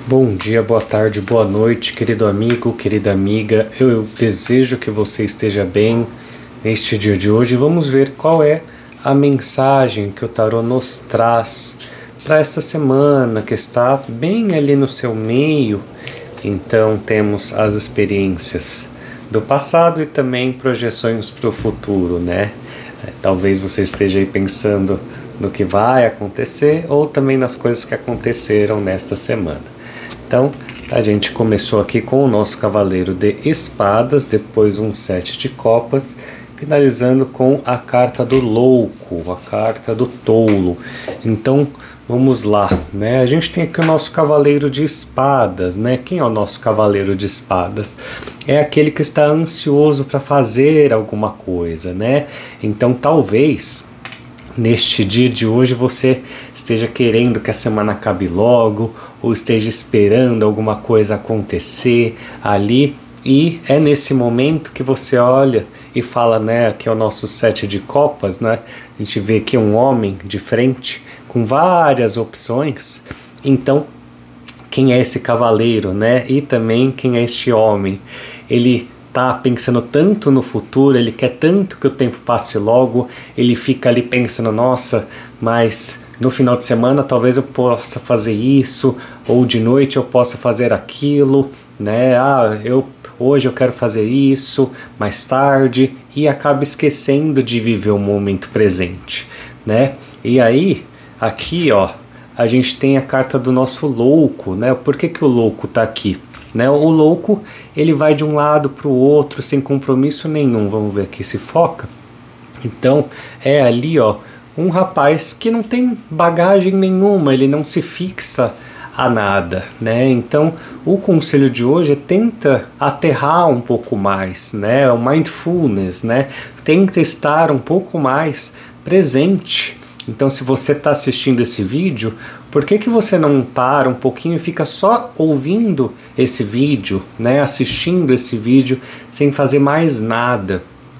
Bom dia, boa tarde, boa noite, querido amigo, querida amiga. Eu desejo que você esteja bem neste dia de hoje. Vamos ver qual é a mensagem que o tarô nos traz para esta semana que está bem ali no seu meio. Então temos as experiências do passado e também projeções para o futuro, né? Talvez você esteja aí pensando no que vai acontecer ou também nas coisas que aconteceram nesta semana. Então, a gente começou aqui com o nosso cavaleiro de espadas, depois um 7 de copas, finalizando com a carta do louco, a carta do tolo. Então, vamos lá, né? A gente tem aqui o nosso cavaleiro de espadas, né? Quem é o nosso cavaleiro de espadas? É aquele que está ansioso para fazer alguma coisa, né? Então, talvez neste dia de hoje você esteja querendo que a semana acabe logo, ou esteja esperando alguma coisa acontecer ali, e é nesse momento que você olha e fala, né, que é o nosso 7 de copas, né? A gente vê aqui um homem de frente com várias opções. Então, quem é esse cavaleiro, né? E também quem é este homem? Ele tá pensando tanto no futuro, ele quer tanto que o tempo passe logo, ele fica ali pensando, nossa, mas no final de semana talvez eu possa fazer isso, ou de noite eu possa fazer aquilo, né? Hoje eu quero fazer isso, mais tarde, e acaba esquecendo de viver o momento presente, né? E aí, aqui, ó, a gente tem a carta do nosso louco, né? Por que o louco tá aqui? Né? O louco, ele vai de um lado para o outro sem compromisso nenhum. Vamos ver aqui se foca. Então, é ali, ó, um rapaz que não tem bagagem nenhuma, ele não se fixa a nada, né? Então, o conselho de hoje é tenta aterrar um pouco mais, né? O mindfulness, né? Tenta estar um pouco mais presente. Então, se você está assistindo esse vídeo, por que você não para um pouquinho e fica só ouvindo esse vídeo, né, assistindo esse vídeo, sem fazer mais nada?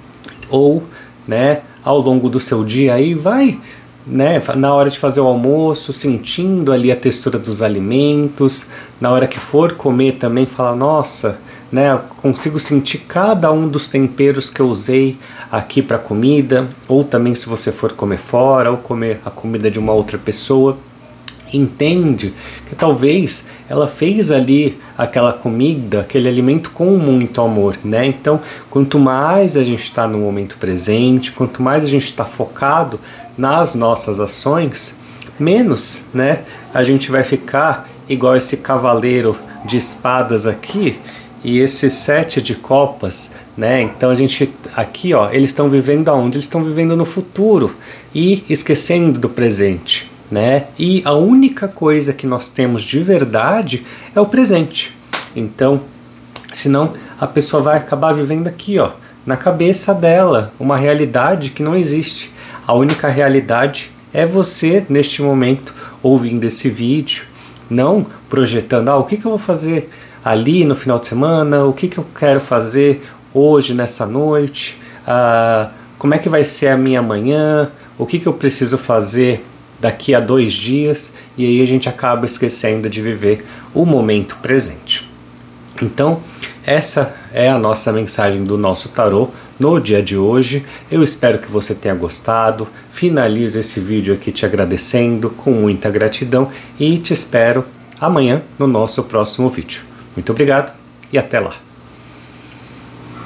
Ou, né, ao longo do seu dia aí vai, né, na hora de fazer o almoço, sentindo ali a textura dos alimentos, na hora que for comer também fala, nossa, né, consigo sentir cada um dos temperos que eu usei aqui para comida, ou também se você for comer fora, ou comer a comida de uma outra pessoa, entende que talvez ela fez ali aquela comida, aquele alimento com muito amor, né? Então, quanto mais a gente está no momento presente, quanto mais a gente está focado nas nossas ações, menos, né, a gente vai ficar igual esse cavaleiro de espadas aqui e esse 7 de copas, né? Então a gente aqui, ó, eles estão vivendo aonde? Eles estão vivendo no futuro e esquecendo do presente, né? E a única coisa que nós temos de verdade é o presente. Então, senão a pessoa vai acabar vivendo aqui, ó, na cabeça dela, uma realidade que não existe. A única realidade é você neste momento ouvindo esse vídeo, não projetando, o que eu vou fazer ali no final de semana, o que eu quero fazer hoje, nessa noite, como é que vai ser a minha manhã, o que eu preciso fazer daqui a 2 dias, e aí a gente acaba esquecendo de viver o momento presente. Então, essa é a nossa mensagem do nosso tarô no dia de hoje. Eu espero que você tenha gostado. Finalizo esse vídeo aqui te agradecendo com muita gratidão e te espero amanhã no nosso próximo vídeo. Muito obrigado e até lá!